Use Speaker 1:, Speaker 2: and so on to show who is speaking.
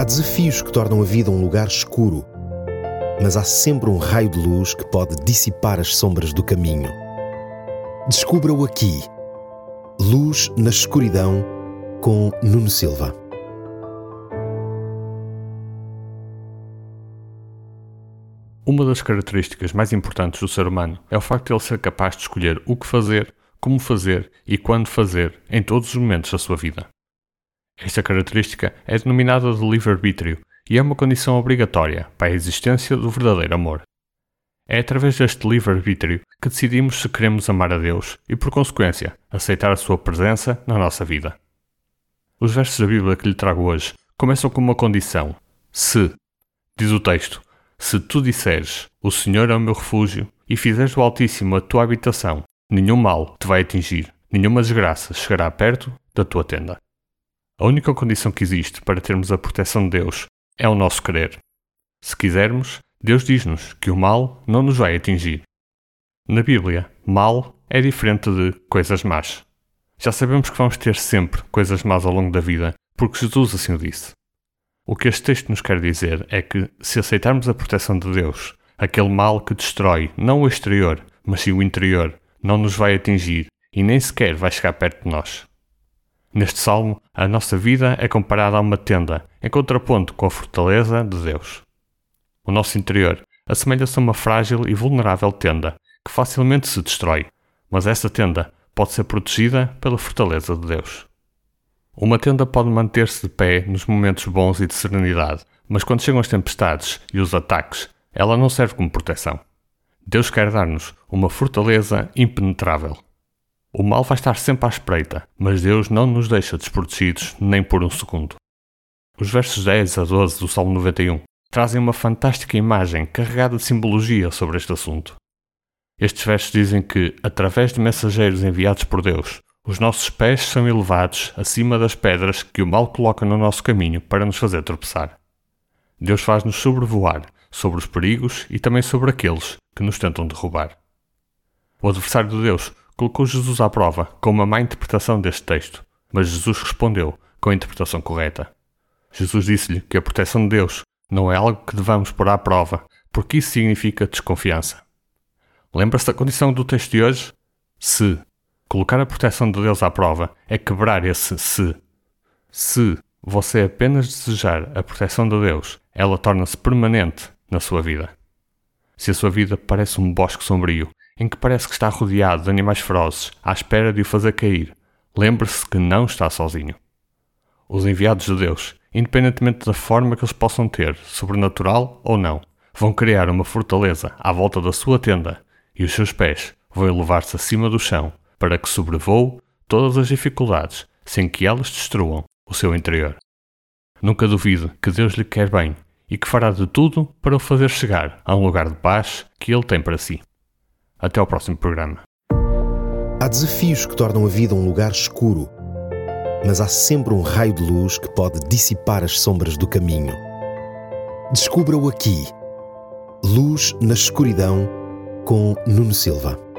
Speaker 1: Há desafios que tornam a vida um lugar escuro, mas há sempre um raio de luz que pode dissipar as sombras do caminho. Descubra-o aqui. Luz na Escuridão, com Nuno Silva.
Speaker 2: Uma das características mais importantes do ser humano é o facto de ele ser capaz de escolher o que fazer, como fazer e quando fazer em todos os momentos da sua vida. Esta característica é denominada de livre-arbítrio e é uma condição obrigatória para a existência do verdadeiro amor. É através deste livre-arbítrio que decidimos se queremos amar a Deus e, por consequência, aceitar a sua presença na nossa vida. Os versos da Bíblia que lhe trago hoje começam com uma condição. Se, diz o texto, se tu disseres, o Senhor é o meu refúgio, e fizeres do Altíssimo a tua habitação, nenhum mal te vai atingir, nenhuma desgraça chegará perto da tua tenda. A única condição que existe para termos a proteção de Deus é o nosso querer. Se quisermos, Deus diz-nos que o mal não nos vai atingir. Na Bíblia, mal é diferente de coisas más. Já sabemos que vamos ter sempre coisas más ao longo da vida, porque Jesus assim o disse. O que este texto nos quer dizer é que, se aceitarmos a proteção de Deus, aquele mal que destrói não o exterior, mas sim o interior, não nos vai atingir e nem sequer vai chegar perto de nós. Neste salmo, a nossa vida é comparada a uma tenda, em contraponto com a fortaleza de Deus. O nosso interior assemelha-se a uma frágil e vulnerável tenda, que facilmente se destrói, mas essa tenda pode ser protegida pela fortaleza de Deus. Uma tenda pode manter-se de pé nos momentos bons e de serenidade, mas quando chegam as tempestades e os ataques, ela não serve como proteção. Deus quer dar-nos uma fortaleza impenetrável. O mal vai estar sempre à espreita, mas Deus não nos deixa desprotegidos nem por um segundo. Os versos 10 a 12 do Salmo 91 trazem uma fantástica imagem carregada de simbologia sobre este assunto. Estes versos dizem que, através de mensageiros enviados por Deus, os nossos pés são elevados acima das pedras que o mal coloca no nosso caminho para nos fazer tropeçar. Deus faz-nos sobrevoar sobre os perigos e também sobre aqueles que nos tentam derrubar. O adversário de Deus colocou Jesus à prova com uma má interpretação deste texto, mas Jesus respondeu com a interpretação correta. Jesus disse-lhe que a proteção de Deus não é algo que devamos pôr à prova, porque isso significa desconfiança. Lembra-se da condição do texto de hoje? Se. Colocar a proteção de Deus à prova é quebrar esse se. Se você apenas desejar a proteção de Deus, ela torna-se permanente na sua vida. Se a sua vida parece um bosque sombrio, em que parece que está rodeado de animais ferozes à espera de o fazer cair, lembre-se que não está sozinho. Os enviados de Deus, independentemente da forma que eles possam ter, sobrenatural ou não, vão criar uma fortaleza à volta da sua tenda e os seus pés vão elevar-se acima do chão para que sobrevoe todas as dificuldades sem que elas destruam o seu interior. Nunca duvide que Deus lhe quer bem e que fará de tudo para o fazer chegar a um lugar de paz que Ele tem para si. Até ao próximo programa.
Speaker 1: Há desafios que tornam a vida um lugar escuro, mas há sempre um raio de luz que pode dissipar as sombras do caminho. Descubra-o aqui. Luz na Escuridão, com Nuno Silva.